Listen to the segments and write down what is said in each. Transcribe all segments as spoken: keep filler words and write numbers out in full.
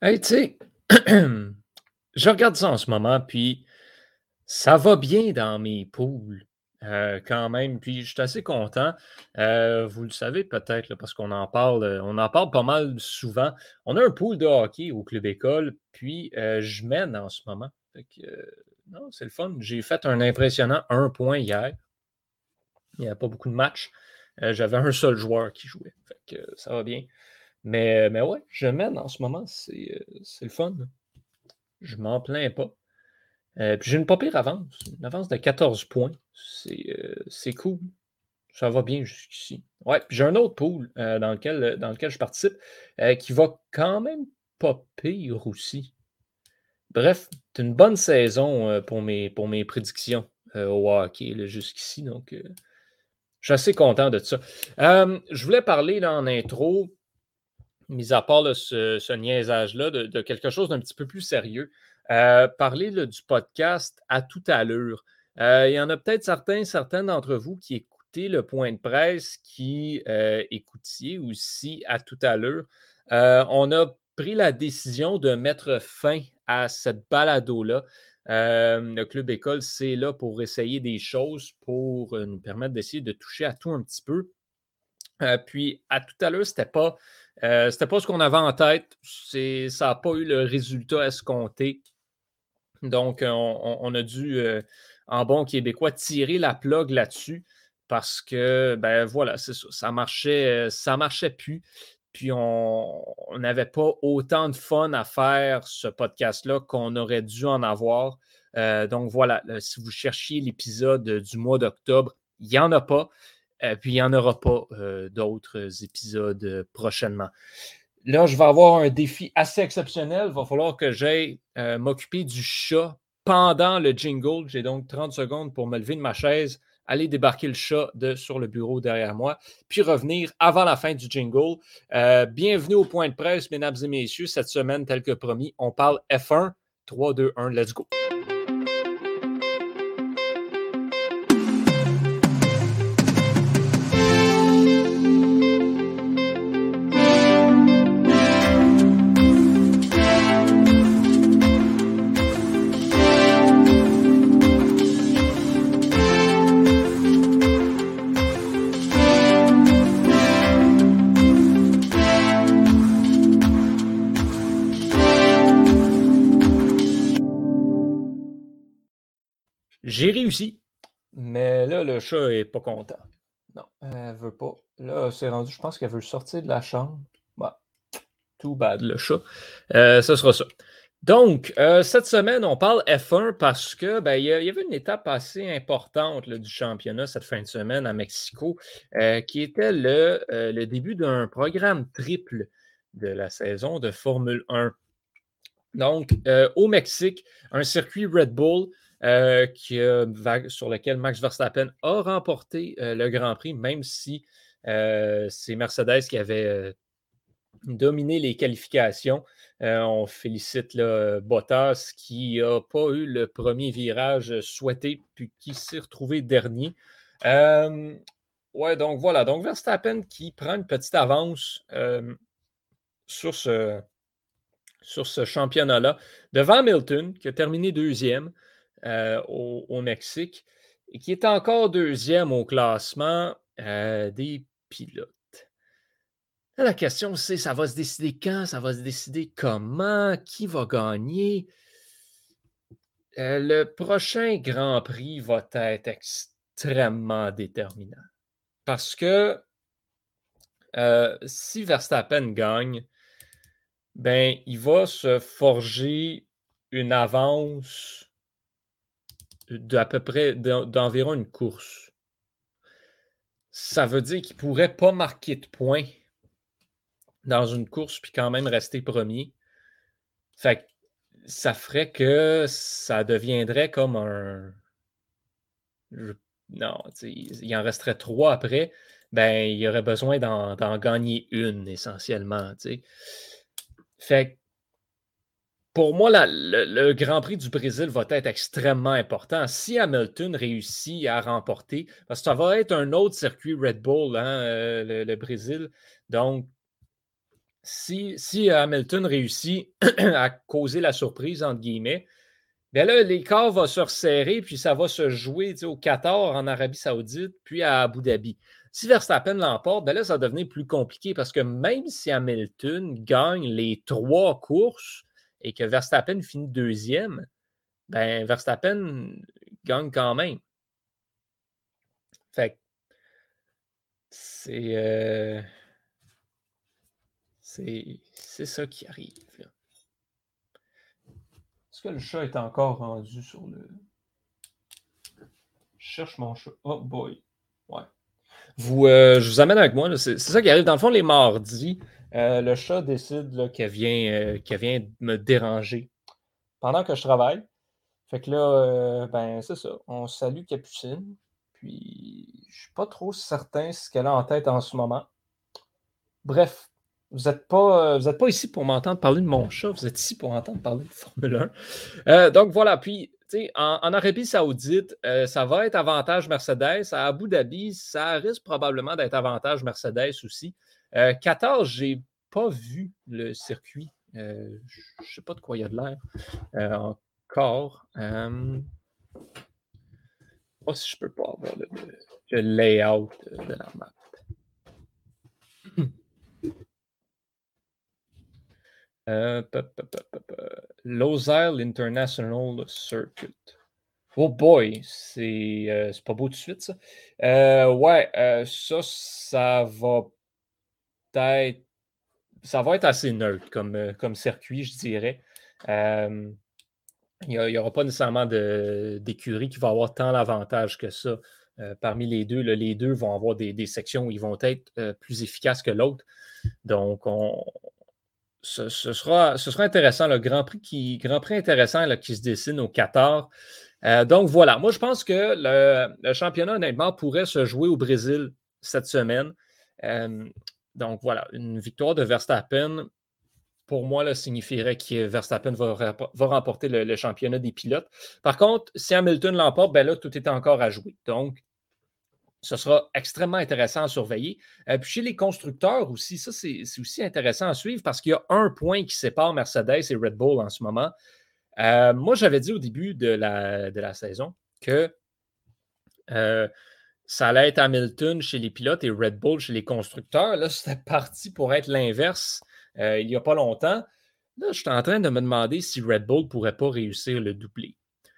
Hey, tu sais, je regarde ça en ce moment, puis ça va bien dans mes poules, heu, quand même, puis je suis assez content. Heu, vous le savez peut-être là, parce qu'on en parle, heu, on en parle pas mal souvent. On a un pool de hockey au club école, puis, heu, je mène en ce moment. Fait que, heu, non, c'est le fun. J'ai fait un impressionnant un point hier. Il n'y avait pas beaucoup de matchs. Heu, j'avais un seul joueur qui jouait, fait que euh, ça va bien. Mais mais ouais, je mène en ce moment, c'est, heu, c'est le fun. Je m'en plains pas. Heu, puis j'ai une pas pire avance, une avance de quatorze points. C'est, heu, c'est cool. Ça va bien jusqu'ici. Ouais, puis j'ai un autre pool, heu, dans lequel, heu, dans lequel je participe, heu, qui va quand même pas pire aussi. Bref, c'est une bonne saison, heu, pour mes pour mes prédictions, heu, au hockey là, jusqu'ici, donc heu, je suis assez content de ça. Hem, je voulais parler là en intro, mis à part là, ce ce niaisage-là, de de quelque chose d'un petit peu plus sérieux. Heu, parler là, du podcast «À toute allure». Heu, il y en a peut-être certains, certaines d'entre vous qui écoutez le point de presse, qui, heu, écoutiez aussi «À toute allure». Heu, on a pris la décision de mettre fin à cette balado-là. Hem, le club école, c'est là pour essayer des choses, pour, heu, nous permettre d'essayer de toucher à tout un petit peu. Heu, puis à tout à l'heure, c'était pas, heu, c'était pas ce qu'on avait en tête. C'est ça a pas eu le résultat escompté. Donc, on on on a dû, heu, en bon québécois, tirer la plug là-dessus parce que, ben, voilà, c'est ça, ça marchait, heu, ça marchait plus. Puis on on n'avait pas autant de fun à faire ce podcast-là qu'on aurait dû en avoir. Heu, donc voilà, là, si vous cherchiez l'épisode, du mois d'octobre, il y en a pas. Heu, puis il y en aura pas, heu, d'autres épisodes, heu, prochainement. Là, je vais avoir un défi assez exceptionnel. Il va falloir que j'aille, heu, m'occuper du chat pendant le jingle. J'ai donc trente secondes pour me lever de ma chaise, aller débarquer le chat de sur le bureau derrière moi, puis revenir avant la fin du jingle. Heu, bienvenue au point de presse, mesdames et messieurs. Cette semaine, tel que promis, on parle F un. trois, deux, un, let's go! J'ai réussi, mais là, le chat est pas content. Non, elle veut pas. Là, c'est rendu, je pense qu'elle veut sortir de la chambre. Bah, too bad, le chat. Euh, ce sera ça. Donc, euh, cette semaine, on parle F un parce que ben, il y, a- il y avait une étape assez importante là, du championnat cette fin de semaine à Mexico, euh, qui était le, euh, le début d'un programme triple de la saison de Formule un. Donc, euh, au Mexique, un circuit Red Bull euh, qui, euh, va- sur lequel Max Verstappen a remporté euh, le Grand Prix, même si euh, c'est Mercedes qui avait euh, dominé les qualifications. Euh, on félicite là, Bottas qui n'a pas eu le premier virage souhaité, puis qui s'est retrouvé dernier. Euh, ouais, donc voilà. Donc Verstappen qui prend une petite avance euh, sur ce, sur ce championnat-là, devant Hamilton, qui a terminé deuxième euh, au, au Mexique et qui est encore deuxième au classement euh, des pilotes. Là, la question, c'est ça va se décider quand, ça va se décider comment, qui va gagner. Euh, le prochain Grand Prix va être extrêmement déterminant. Parce que euh, si Verstappen gagne, ben, il va se forger une avance d'à peu près d'en- d'environ une course. Ça veut dire qu'il ne pourrait pas marquer de points dans une course puis quand même rester premier. Fait que ça ferait que ça deviendrait comme un. je- Non, tu sais, il en resterait trois après. Ben, il y aurait besoin d'en d'en gagner une essentiellement. Tu sais. Fait que pour moi, la- le, le Grand Prix du Brésil va être extrêmement important. Si Hamilton réussit à remporter, parce que ça va être un autre circuit Red Bull, hein, euh, le, le Brésil. Donc, si, si Hamilton réussit à causer la surprise, entre guillemets, bien là, l'écart va se resserrer, puis ça va se jouer au Qatar, en Arabie Saoudite, puis à Abu Dhabi. Si Verstappen l'emporte, bien là, ça va devenir plus compliqué parce que même si Hamilton gagne les trois courses et que Verstappen finit deuxième, ben Verstappen gagne quand même. Fait que c'est, euh, c'est, c'est ça qui arrive. Là. Est-ce que le chat est encore rendu sur le... Je cherche mon chat. Oh boy. Ouais. Vous, euh, je vous amène avec moi. là. C'est, c'est ça qui arrive. Dans le fond, les mardis, euh, le chat décide là, qu'elle vient, euh, qu'elle vient me déranger pendant que je travaille. Fait que là, euh, ben, c'est ça. On salue Capucine. Puis, je suis pas trop certain ce qu'elle a en tête en ce moment. Bref, vous n'êtes pas, euh, vous êtes pas ici pour m'entendre parler de mon chat. Vous êtes ici pour entendre parler de Formule un. Euh, donc, voilà. Puis, tu sais, en, en Arabie Saoudite, euh, ça va être avantage Mercedes. À Abu Dhabi, ça risque probablement d'être avantage Mercedes aussi. Euh, Qatar, j'ai pas vu le circuit. Euh, je sais pas de quoi il y a de l'air euh, encore. Euh, je sais pas si je peux pas avoir le, le- le layout de la map. Euh, pop, pop, pop, pop, pop. Losail International Circuit. Oh boy, c'est euh, c'est pas beau de suite, ça. Euh, ouais, euh, ça, ça va peut-être. Ça va être assez neutre comme, euh, comme circuit, je dirais. Euh, il n'y aura pas nécessairement de- d'écurie qui va avoir tant d'avantages que ça. Euh, parmi les deux, là, les deux vont avoir des, des sections où ils vont être euh, plus efficaces que l'autre. Donc, on, ce, ce sera, ce sera intéressant, le Grand Prix, qui, Grand Prix intéressant là, qui se dessine au Qatar. Euh, donc voilà, moi je pense que le, le championnat, honnêtement, pourrait se jouer au Brésil cette semaine. Euh, donc voilà, une victoire de Verstappen, pour moi, là, signifierait que Verstappen va, va remporter le, le championnat des pilotes. Par contre, si Hamilton l'emporte, ben là, tout est encore à jouer. Donc, ce sera extrêmement intéressant à surveiller. Euh, puis chez les constructeurs aussi, ça, c'est, c'est aussi intéressant à suivre parce qu'il y a un point qui sépare Mercedes et Red Bull en ce moment. Euh, moi, j'avais dit au début de la, de la saison que euh, ça allait être Hamilton chez les pilotes et Red Bull chez les constructeurs. Là, c'était parti pour être l'inverse euh, il n'y a pas longtemps. Là, je suis en train de me demander si Red Bull ne pourrait pas réussir le doublé.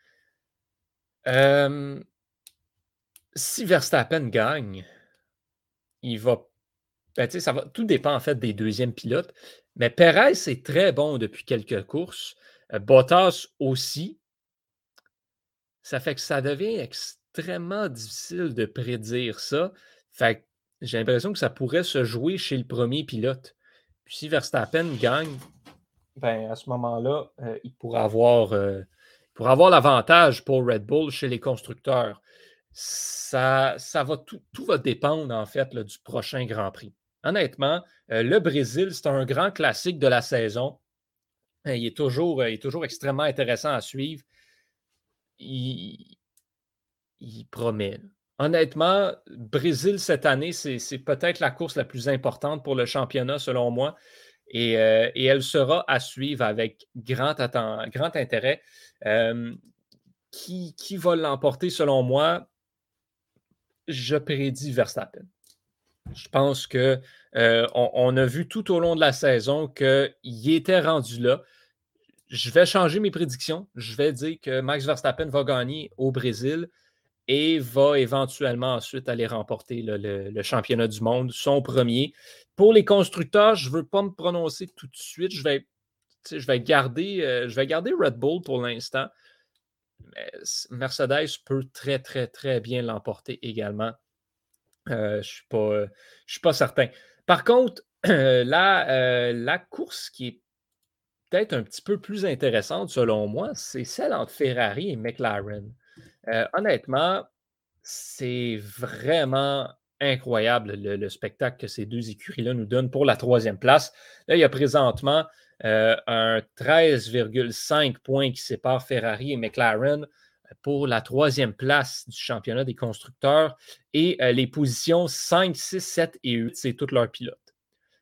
Euh, si Verstappen gagne, il va. Ben, ça va, tout dépend en fait des deuxièmes pilotes. Mais Perez est très bon depuis quelques courses. Euh, Bottas aussi. Ça fait que ça devient extrêmement difficile de prédire ça. Fait que j'ai l'impression que ça pourrait se jouer chez le premier pilote. Puis si Verstappen gagne, ben à ce moment-là, euh, il pourra avoir, euh, il pourra avoir l'avantage pour Red Bull chez les constructeurs. Ça, ça va tout, tout va dépendre en fait là, du prochain Grand Prix. Honnêtement, euh, le Brésil, c'est un grand classique de la saison. Il est toujours, il est toujours extrêmement intéressant à suivre. Il, il promet. Honnêtement, Brésil cette année, c'est, c'est peut-être la course la plus importante pour le championnat, selon moi. Et, euh, et elle sera à suivre avec grand, atten- grand intérêt. Euh, qui, qui va l'emporter, selon moi? Je prédis Verstappen. Je pense que euh, on, on a vu tout au long de la saison qu'il était rendu là. Je vais changer mes prédictions. Je vais dire que Max Verstappen va gagner au Brésil et va éventuellement ensuite aller remporter le, le- le championnat du monde, son premier. Pour les constructeurs, je ne veux pas me prononcer tout de suite. Je vais, je vais, garder, euh, je vais garder Red Bull pour l'instant. Mais Mercedes peut très, très, très bien l'emporter également. Euh, je ne suis, pas, euh, je suis pas certain. Par contre, euh, la, euh, la course qui est peut-être un petit peu plus intéressante, selon moi, c'est celle entre Ferrari et McLaren. Euh, honnêtement, c'est vraiment incroyable le, le spectacle que ces deux écuries-là nous donnent pour la troisième place. Là, il y a présentement euh, un treize virgule cinq points qui sépare Ferrari et McLaren pour la troisième place du championnat des constructeurs. Et euh, les positions cinq, six, sept et huit, c'est tous leurs pilotes.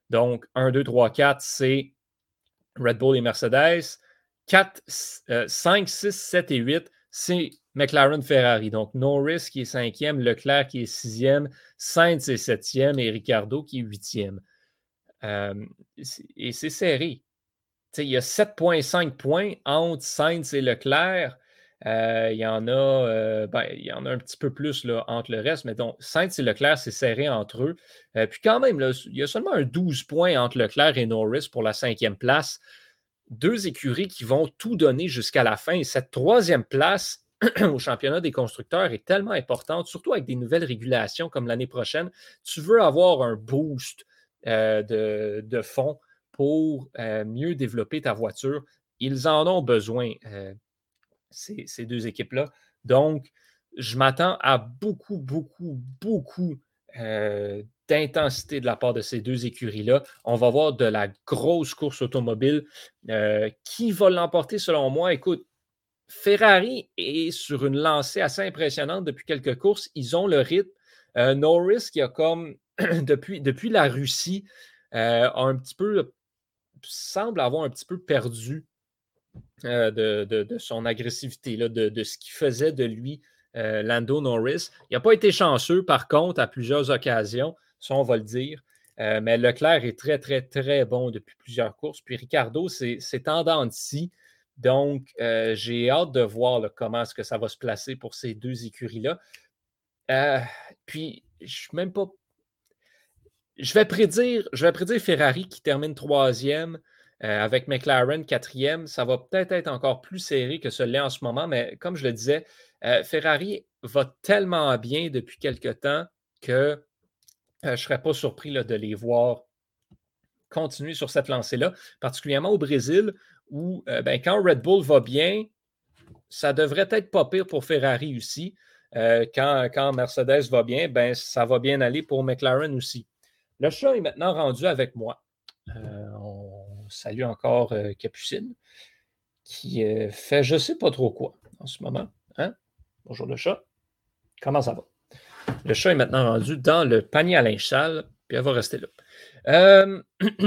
Donc, un, deux, trois, quatre, c'est Red Bull et Mercedes. quatre, cinq, six, sept et huit, c'est McLaren, Ferrari. Donc, Norris qui est cinquième, Leclerc qui est sixième, Sainz est septième et Ricciardo qui est huitième. Euh, et c'est serré. T'sais, il y a sept virgule cinq points entre Sainz et Leclerc. Euh, il, y en a, euh, ben, il y en a un petit peu plus là, entre le reste, mais donc Sainz et Leclerc, c'est serré entre eux. Euh, puis quand même, là, il y a seulement un douze points entre Leclerc et Norris pour la cinquième place. Deux écuries qui vont tout donner jusqu'à la fin. Et cette troisième place au championnat des constructeurs est tellement importante, surtout avec des nouvelles régulations comme l'année prochaine. Tu veux avoir un boost euh, de, de fonds pour euh, mieux développer ta voiture. Ils en ont besoin, euh, ces, ces deux équipes-là. Donc, je m'attends à beaucoup, beaucoup, beaucoup euh, d'intensité de la part de ces deux écuries-là. On va voir de la grosse course automobile. Euh, qui va l'emporter selon moi? Écoute, Ferrari est sur une lancée assez impressionnante depuis quelques courses. Ils ont le rythme. Euh, Norris, qui a comme, depuis, depuis la Russie, euh, a un petit peu, semble avoir un petit peu perdu euh, de, de, de son agressivité, là, de, de ce qui faisait de lui euh, Lando Norris. Il n'a pas été chanceux, par contre, à plusieurs occasions, ça, on va le dire. Euh, mais Leclerc est très, très, très bon depuis plusieurs courses. Puis Ricardo, c'est, c'est en dents de scie. Donc, euh, j'ai hâte de voir là, comment est-ce que ça va se placer pour ces deux écuries-là. Euh, puis, je suis même pas. Je vais prédire, je vais prédire Ferrari qui termine troisième euh, avec McLaren quatrième. Ça va peut-être être encore plus serré que ce l'est en ce moment, mais comme je le disais, euh, Ferrari va tellement bien depuis quelque temps que euh, je ne serais pas surpris là, de les voir continuer sur cette lancée-là, particulièrement au Brésil, où euh, ben, quand Red Bull va bien, ça devrait être pas pire pour Ferrari aussi. Euh, quand, quand Mercedes va bien, ben, ça va bien aller pour McLaren aussi. Le chat est maintenant rendu avec moi. Euh, on salue encore euh, Capucine, qui euh, fait je ne sais pas trop quoi en ce moment. Hein? Bonjour le chat. Comment ça va? Le chat est maintenant rendu dans le panier à linge sale, puis elle va rester là. Euh,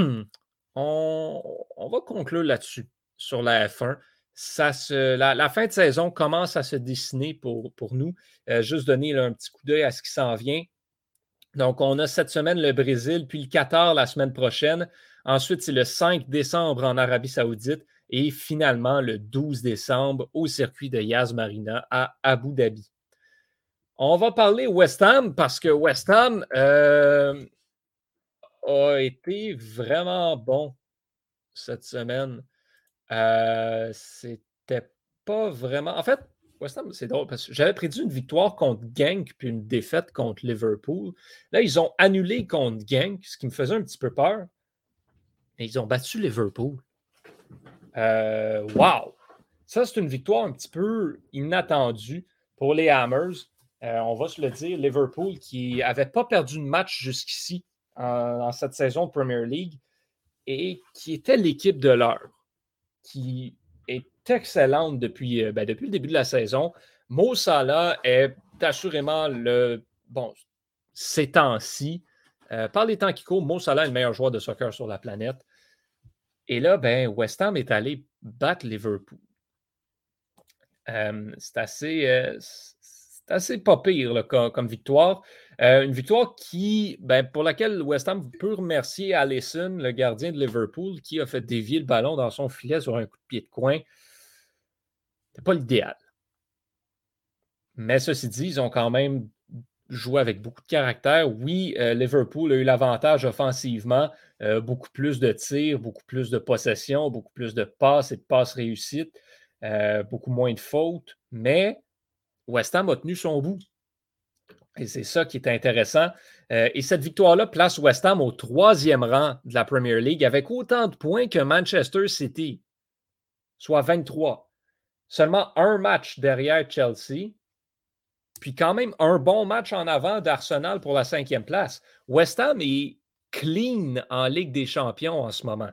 on, on va conclure là-dessus, sur la F un. Ça se, la, la fin de saison commence à se dessiner pour, pour nous. Euh, juste donner là, un petit coup d'œil à ce qui s'en vient. Donc, on a cette semaine le Brésil, puis le Qatar la semaine prochaine. Ensuite, c'est le cinq décembre en Arabie Saoudite et finalement le douze décembre au circuit de Yas Marina à Abu Dhabi. On va parler West Ham parce que West Ham euh, a été vraiment bon cette semaine. Euh, c'était pas vraiment. En fait, West Ham, c'est drôle parce que j'avais prédit une victoire contre Genk puis une défaite contre Liverpool. Là, ils ont annulé contre Genk, ce qui me faisait un petit peu peur. Mais ils ont battu Liverpool. Euh, wow! Ça, c'est une victoire un petit peu inattendue pour les Hammers. Euh, on va se le dire, Liverpool qui n'avait pas perdu de match jusqu'ici en, en cette saison de Premier League et qui était l'équipe de l'heure, qui est excellente depuis, ben, depuis le début de la saison. Mo Salah est assurément le, bon, ces temps-ci, euh, par les temps qui courent, Mo Salah est le meilleur joueur de soccer sur la planète. Et là, ben, West Ham est allé battre Liverpool. Euh, c'est assez, euh, c'est assez pas pire là, comme, comme victoire. Euh, une victoire qui, ben, pour laquelle West Ham peut remercier Alisson, le gardien de Liverpool, qui a fait dévier le ballon dans son filet sur un coup de pied de coin. C'est pas l'idéal. Mais ceci dit, ils ont quand même joué avec beaucoup de caractère. Oui, euh, Liverpool a eu l'avantage offensivement, euh, beaucoup plus de tirs, beaucoup plus de possession, beaucoup plus de passes et de passes réussites, euh, beaucoup moins de fautes, mais West Ham a tenu son bout. Et c'est ça qui est intéressant. Euh, et cette victoire-là place West Ham au troisième rang de la Premier League avec autant de points que Manchester City, soit vingt-trois. Seulement un match derrière Chelsea, puis quand même un bon match en avant d'Arsenal pour la cinquième place. West Ham est clean en Ligue des champions en ce moment.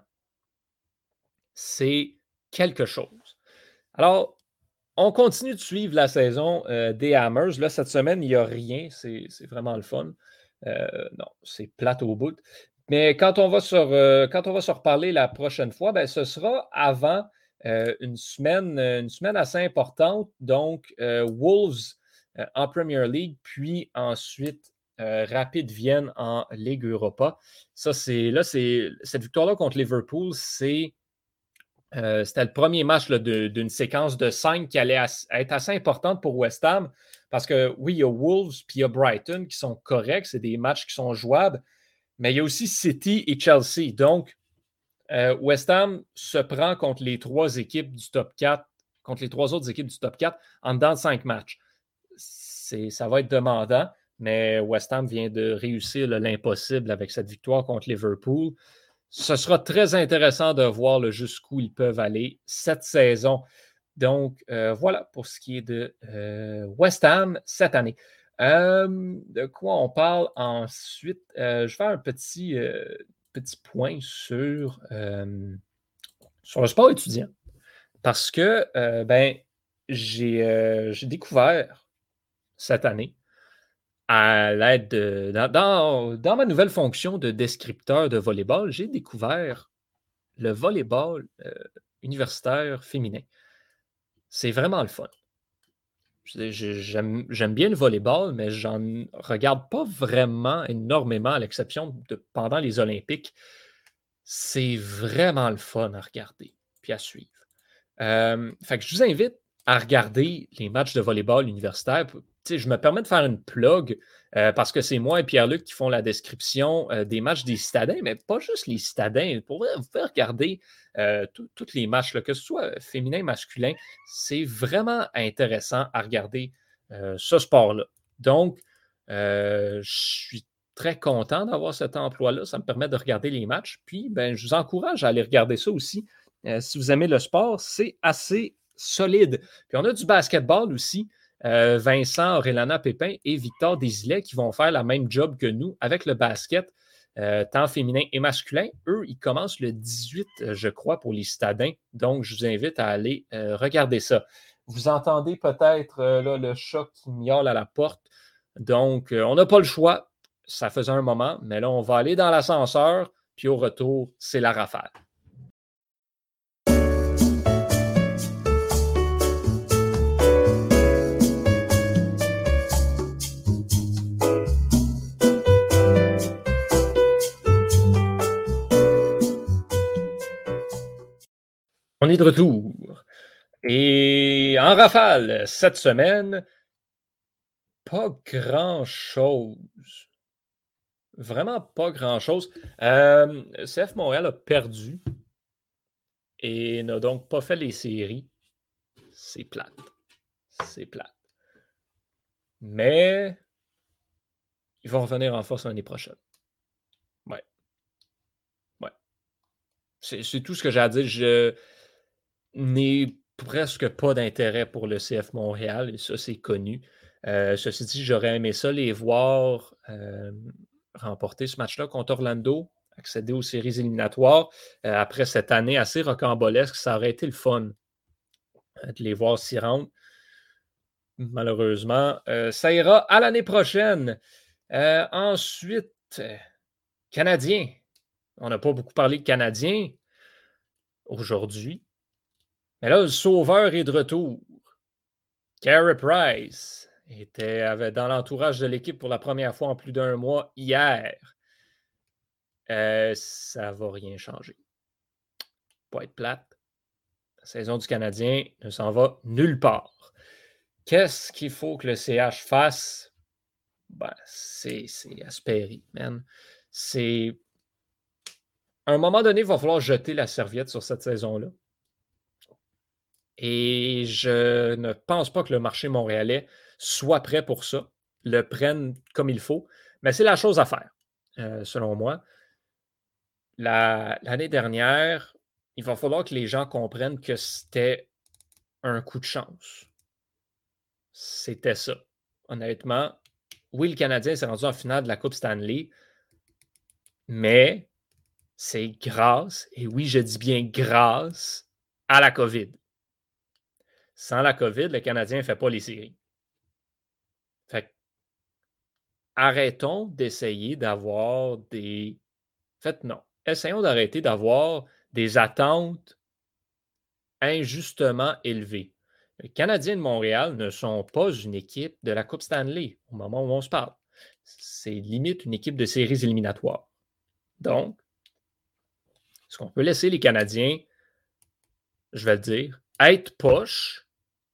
C'est quelque chose. Alors, on continue de suivre la saison euh, des Hammers. Là, cette semaine, il n'y a rien. C'est, c'est vraiment le fun. Euh, non, c'est plate au bout. Mais quand on va sur, euh, quand on va se reparler la prochaine fois, ben, ce sera avant euh, une semaine, euh, une semaine assez importante. Donc, euh, Wolves euh, en Premier League, puis ensuite euh, Rapid Vienne en Ligue Europa. Ça, c'est là, c'est cette victoire-là contre Liverpool, c'est euh, c'était le premier match là, de- d'une séquence de cinq qui allait as- être assez importante pour West Ham. Parce que oui, il y a Wolves puis il y a Brighton qui sont corrects, c'est des matchs qui sont jouables, mais il y a aussi City et Chelsea. Donc, euh, West Ham se prend contre les trois équipes du top quatre, contre les trois autres équipes du top quatre en dedans de cinq matchs. C'est, ça va être demandant, mais West Ham vient de réussir là, l'impossible avec cette victoire contre Liverpool. Ce sera très intéressant de voir là, jusqu'où ils peuvent aller cette saison. Donc, euh, voilà pour ce qui est de euh, West Ham cette année. Euh, de quoi on parle ensuite? Euh, je vais faire un petit, euh, petit point sur, euh, sur le sport étudiant. Parce que, euh, ben, j'ai euh, j'ai découvert cette année, à l'aide de. Dans, dans, dans ma nouvelle fonction de descripteur de volleyball, j'ai découvert le volleyball euh, universitaire féminin. C'est vraiment le fun. J'aime, j'aime bien le volleyball, mais j'en regarde pas vraiment énormément, à l'exception de pendant les Olympiques. C'est vraiment le fun à regarder puis à suivre. Euh, fait que je vous invite à regarder les matchs de volleyball universitaire. T'sais, je me permets de faire une plug euh, parce que c'est moi et Pierre-Luc qui font la description euh, des matchs des citadins, mais pas juste les citadins. Pour vrai, vous pouvez regarder euh, tous les matchs, là, que ce soit féminin, masculin. C'est vraiment intéressant à regarder euh, ce sport-là. Donc, euh, je suis très content d'avoir cet emploi-là. Ça me permet de regarder les matchs. Puis, ben, je vous encourage à aller regarder ça aussi. Euh, si vous aimez le sport, c'est assez solide. Puis on a du basketball aussi. Euh, Vincent Orellana Pépin et Victor Desilets qui vont faire la même job que nous avec le basket, euh, tant féminin et masculin. Eux, ils commencent le dix-huit, je crois, pour les citadins. Donc, je vous invite à aller euh, regarder ça. Vous entendez peut-être euh, là, le chat qui miaule à la porte. Donc, euh, on n'a pas le choix. Ça faisait un moment, mais là, on va aller dans l'ascenseur. Puis au retour, c'est la rafale. On est de retour. Et en rafale, cette semaine, pas grand-chose. Vraiment pas grand-chose. Euh, C F Montréal a perdu et n'a donc pas fait les séries. C'est plate. C'est plate. Mais ils vont revenir en force l'année prochaine. Ouais. Ouais. C'est, c'est tout ce que j'ai à dire. Je n'ai presque pas d'intérêt pour le C F Montréal, et ça, c'est connu. Euh, ceci dit, j'aurais aimé ça les voir euh, remporter ce match-là contre Orlando, accéder aux séries éliminatoires. Euh, après cette année assez rocambolesque, ça aurait été le fun euh, de les voir s'y rendre. Malheureusement, euh, ça ira à l'année prochaine. Euh, ensuite, euh, Canadiens. On n'a pas beaucoup parlé de Canadiens aujourd'hui. Mais là, le sauveur est de retour. Carey Price était avait dans l'entourage de l'équipe pour la première fois en plus d'un mois hier. Euh, ça ne va rien changer. Pas être plate. La saison du Canadien ne s'en va nulle part. Qu'est-ce qu'il faut que le C H fasse? Ben, c'est, c'est Asperi, man. C'est. À un moment donné, il va falloir jeter la serviette sur cette saison-là. Et je ne pense pas que le marché montréalais soit prêt pour ça, le prenne comme il faut. Mais c'est la chose à faire, euh, selon moi. La, l'année dernière, il va falloir que les gens comprennent que c'était un coup de chance. C'était ça. Honnêtement, oui, le Canadien s'est rendu en finale de la Coupe Stanley, mais c'est grâce, et oui, je dis bien grâce, à la COVID. Sans la COVID, le Canadien ne fait pas les séries. Fait que, arrêtons d'essayer d'avoir des fait, non. Essayons d'arrêter d'avoir des attentes injustement élevées. Les Canadiens de Montréal ne sont pas une équipe de la Coupe Stanley au moment où on se parle. C'est limite une équipe de séries éliminatoires. Donc, est-ce qu'on peut laisser les Canadiens, je vais le dire, être poche,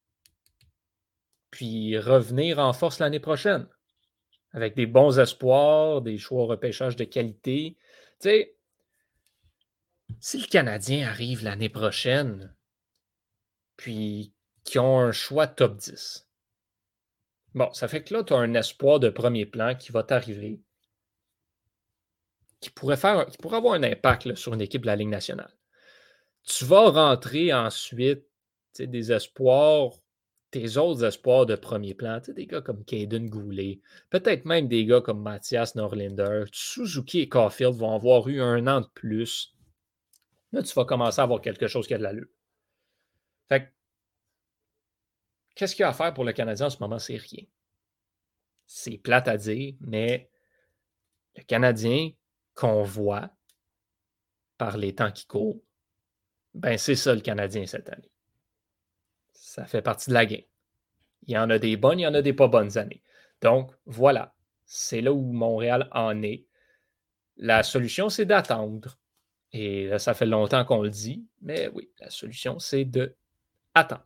puis revenir en force l'année prochaine, avec des bons espoirs, des choix au repêchage de qualité. Tu sais, si le Canadien arrive l'année prochaine, puis qu'ils ont un choix top dix, bon, ça fait que là, tu as un espoir de premier plan qui va t'arriver, qui pourrait, faire, qui pourrait avoir un impact là, sur une équipe de la Ligue nationale. Tu vas rentrer ensuite des espoirs, tes autres espoirs de premier plan, des gars comme Caden Goulet, peut-être même des gars comme Mathias Norlinder, Suzuki et Caulfield vont avoir eu un an de plus. Là, tu vas commencer à avoir quelque chose qui a de l'allure. Fait que, qu'est-ce qu'il y a à faire pour le Canadien en ce moment? C'est rien. C'est plate à dire, mais le Canadien qu'on voit par les temps qui courent, ben c'est ça le Canadien cette année. Ça fait partie de la game. Il y en a des bonnes, il y en a des pas bonnes années. Donc, voilà. C'est là où Montréal en est. La solution, c'est d'attendre. Et là, ça fait longtemps qu'on le dit, mais oui, la solution, c'est d'attendre.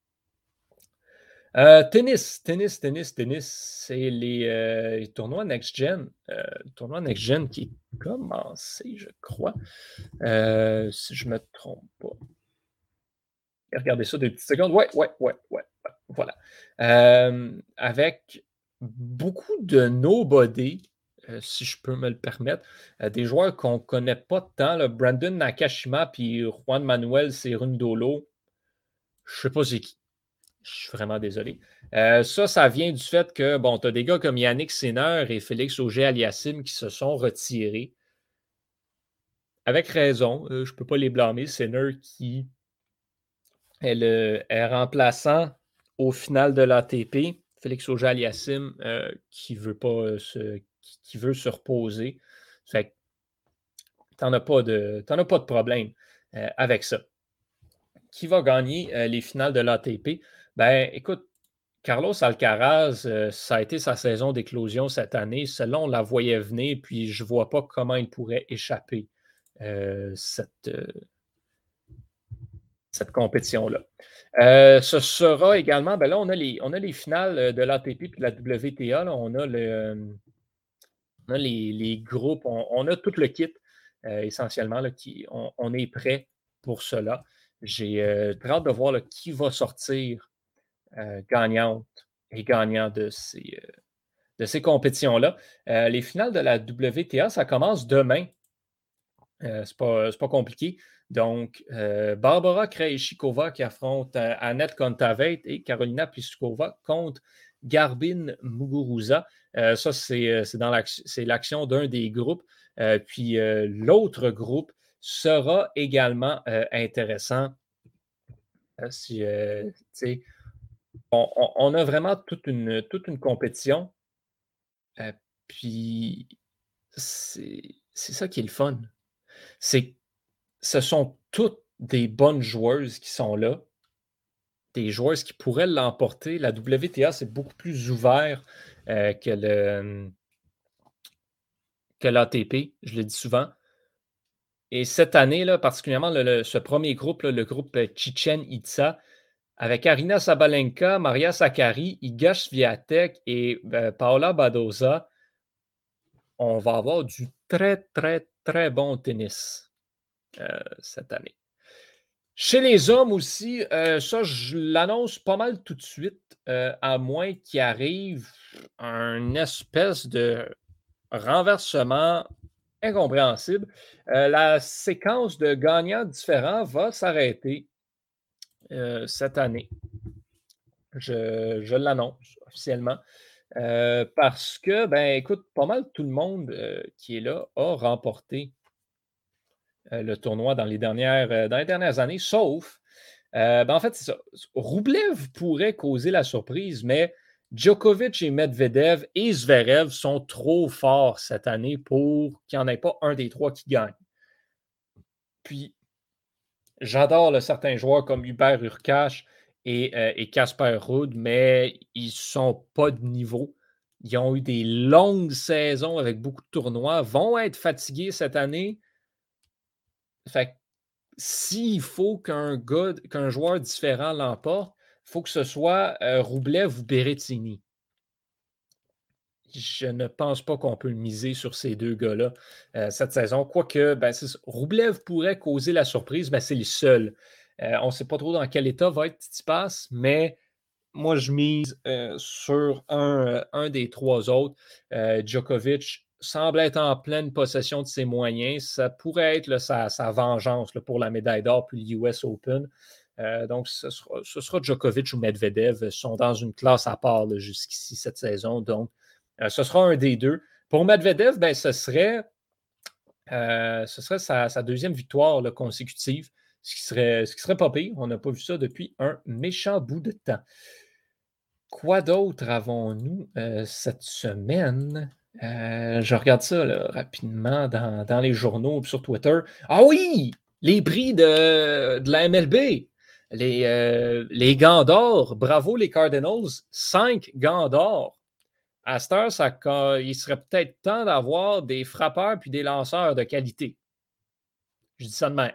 Euh, tennis, tennis, tennis, tennis, c'est les, euh, les tournois Next-Gen. Euh, le tournoi Next-Gen qui est commencé, je crois. Euh, si je ne me trompe pas. Regardez ça deux petites secondes. Ouais, ouais, ouais, ouais. ouais voilà. Euh, avec beaucoup de nobody, euh, si je peux me le permettre, euh, des joueurs qu'on ne connaît pas tant, là, Brandon Nakashima puis Juan Manuel Cerundolo. Je ne sais pas c'est qui. Je suis vraiment désolé. Euh, ça, ça vient du fait que, bon, tu as des gars comme Yannick Sinner et Félix Auger-Aliassime qui se sont retirés. Avec raison, euh, je ne peux pas les blâmer. Sinner qui est, le, est remplaçant au final de l'A T P. Félix Auger-Aliassime euh, qui veut pas euh, se, qui, qui veut se reposer. Fait que t'en as pas de, t'en as pas de problème euh, avec ça. Qui va gagner euh, les finales de l'A T P? Ben, écoute, Carlos Alcaraz, euh, ça a été sa saison d'éclosion cette année. Celle-là, on la voyait venir, puis je ne vois pas comment il pourrait échapper euh, cette, euh, cette compétition-là. Euh, ce sera également, ben là, on a les, on a les finales de l'A T P et de la W T A. Là, on a, le, on a les, les groupes, on, on, a tout le kit euh, essentiellement. Là, qui, on, on est prêt pour cela. J'ai euh, très hâte de voir là, qui va sortir euh, gagnante et gagnant de ces, euh, de ces compétitions-là. Euh, les finales de la W T A, ça commence demain. Euh, c'est pas, c'est pas compliqué. Donc, euh, Barbara Krejcikova qui affronte euh, Anett Kontaveit et Carolina Pliskova contre Garbine Muguruza. Euh, ça, c'est, euh, c'est, dans l'action, c'est l'action d'un des groupes. Euh, puis euh, l'autre groupe sera également euh, intéressant. Euh, si, euh, on, on, on a vraiment toute une, toute une compétition. Euh, puis, c'est, c'est ça qui est le fun. C'est, ce sont toutes des bonnes joueuses qui sont là, des joueuses qui pourraient l'emporter. La W T A, c'est beaucoup plus ouvert euh, que, le, que l'A T P, je le dis souvent. Et cette année, là, particulièrement le, le, ce premier groupe, là, le groupe Chichen Itza, avec Arina Sabalenka, Maria Sakkari, Iga Swiatek et euh, Paola Badoza, on va avoir du très, très, très bon tennis euh, cette année. Chez les hommes aussi, euh, ça, je l'annonce pas mal tout de suite, euh, à moins qu'il arrive un espèce de renversement incompréhensible. Euh, la séquence de gagnants différents va s'arrêter euh, cette année. Je, je l'annonce officiellement. Euh, parce que, ben, écoute, pas mal tout le monde euh, qui est là a remporté euh, le tournoi dans les dernières, euh, dans les dernières années, sauf, euh, ben, en fait, c'est ça. Roublev pourrait causer la surprise, mais Djokovic et Medvedev et Zverev sont trop forts cette année pour qu'il n'y en ait pas un des trois qui gagne. Puis, j'adore là, certains joueurs comme Hubert Hurkacz et euh, et Casper Ruud, mais ils ne sont pas de niveau. Ils ont eu des longues saisons avec beaucoup de tournois, vont être fatigués cette année. Fait que s'il faut qu'un gars, qu'un joueur différent l'emporte, il faut que ce soit euh, Roublev ou Berrettini. Je ne pense pas qu'on peut miser sur ces deux gars-là euh, cette saison. Quoique, ben, Roublev pourrait causer la surprise, mais c'est le seul. Euh, on ne sait pas trop dans quel état va être Tsitsipas, mais moi, je mise euh, sur un, euh, un des trois autres. Euh, Djokovic semble être en pleine possession de ses moyens. Ça pourrait être là, sa, sa vengeance là, pour la médaille d'or puis le U S Open. Euh, donc, ce sera, ce sera Djokovic ou Medvedev. Ils sont dans une classe à part là, jusqu'ici cette saison. Donc, euh, ce sera un des deux. Pour Medvedev, ben, ce serait, euh, ce serait sa, sa deuxième victoire là, consécutive, ce qui, serait, ce qui serait pas pire. On n'a pas vu ça depuis un méchant bout de temps. Quoi d'autre avons-nous euh, cette semaine? Euh, je regarde ça là, rapidement dans, dans les journaux et sur Twitter. Ah oui! Les prix de, de la M L B. Les, euh, les gants d'or. Bravo les Cardinals. Cinq gants d'or. À cette heure, ça, il serait peut-être temps d'avoir des frappeurs puis des lanceurs de qualité. Je dis ça de même.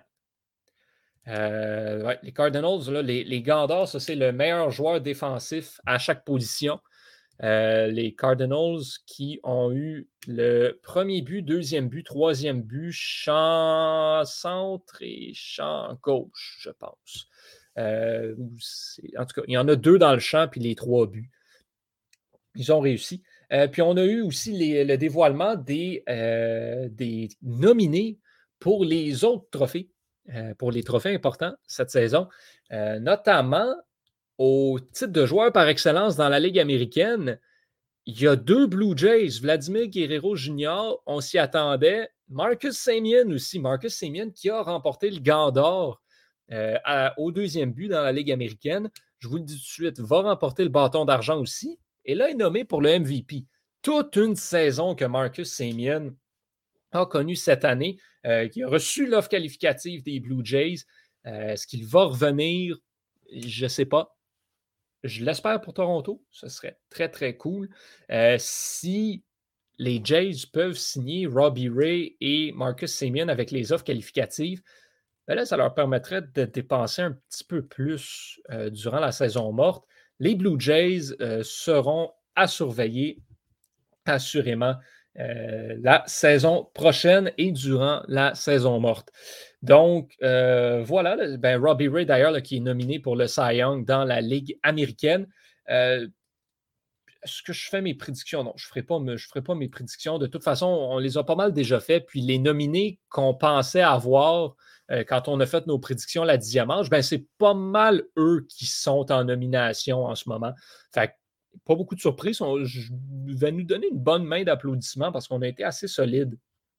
Euh, ouais, les Cardinals, là, les, les gants d'or, ça c'est le meilleur joueur défensif à chaque position. Euh, les Cardinals qui ont eu le premier but, deuxième but, troisième but, champ centre et champ gauche, je pense. Euh, en tout cas, il y en a deux dans le champ puis les trois buts. Ils ont réussi. Euh, puis on a eu aussi les, le dévoilement des, euh, des nominés pour les autres trophées, euh, pour les trophées importants cette saison, euh, notamment au titre de joueur par excellence dans la Ligue américaine. Il y a deux Blue Jays, Vladimir Guerrero Junior, on s'y attendait. Marcus Semien aussi, Marcus Semien qui a remporté le gant d'or euh, à, au deuxième but dans la Ligue américaine. Je vous le dis tout de suite, va remporter le bâton d'argent aussi. Et là, il est nommé pour le M V P. Toute une saison que Marcus Semien a connue cette année, euh, qui a reçu l'offre qualificative des Blue Jays. Euh, est-ce qu'il va revenir? Je ne sais pas. Je l'espère pour Toronto. Ce serait très, très cool. Euh, si les Jays peuvent signer Robbie Ray et Marcus Semien avec les offres qualificatives, ben là, ça leur permettrait de dépenser un petit peu plus euh, durant la saison morte. Les Blue Jays euh, seront à surveiller assurément euh, la saison prochaine et durant la saison morte. Donc, euh, voilà, ben, Robbie Ray, d'ailleurs, là, qui est nominé pour le Cy Young dans la Ligue américaine. Euh, est-ce que je fais mes prédictions? Non, je ne ferai, pas, je ferai pas mes prédictions. De toute façon, on les a pas mal déjà fait. Puis les nominés qu'on pensait avoir euh, quand on a fait nos prédictions la dixième manche, ben, c'est pas mal eux qui sont en nomination en ce moment. Fait que, pas beaucoup de surprises. On, je vais nous donner une bonne main d'applaudissements parce qu'on a été assez solide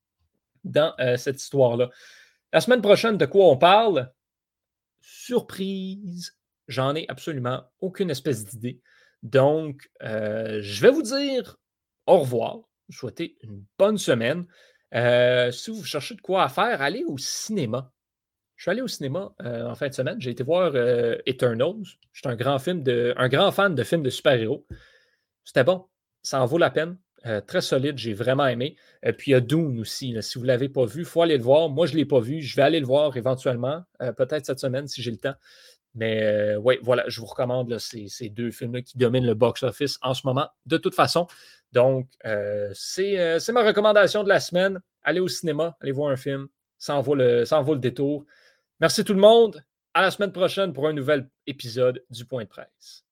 dans euh, cette histoire-là. La semaine prochaine, de quoi on parle? Surprise! J'en ai absolument aucune espèce d'idée. Donc, euh, je vais vous dire au revoir. Je vous souhaite une bonne semaine. Euh, si vous cherchez de quoi faire, allez au cinéma. Je suis allé au cinéma euh, en fin de semaine. J'ai été voir euh, Eternals. Je suis un grand, film de, un grand fan de films de super-héros. C'était bon. Ça en vaut la peine. Euh, très solide. J'ai vraiment aimé. Euh, puis il y a Dune aussi. Là, si vous ne l'avez pas vu, il faut aller le voir. Moi, je ne l'ai pas vu. Je vais aller le voir éventuellement. Euh, peut-être cette semaine si j'ai le temps. Mais euh, oui, voilà, je vous recommande là, ces, ces deux films-là qui dominent le box-office en ce moment, de toute façon. Donc, euh, c'est, euh, c'est ma recommandation de la semaine. Allez au cinéma, allez voir un film. Ça en vaut le, ça en vaut le détour. Merci tout le monde. À la semaine prochaine pour un nouvel épisode du Point de presse.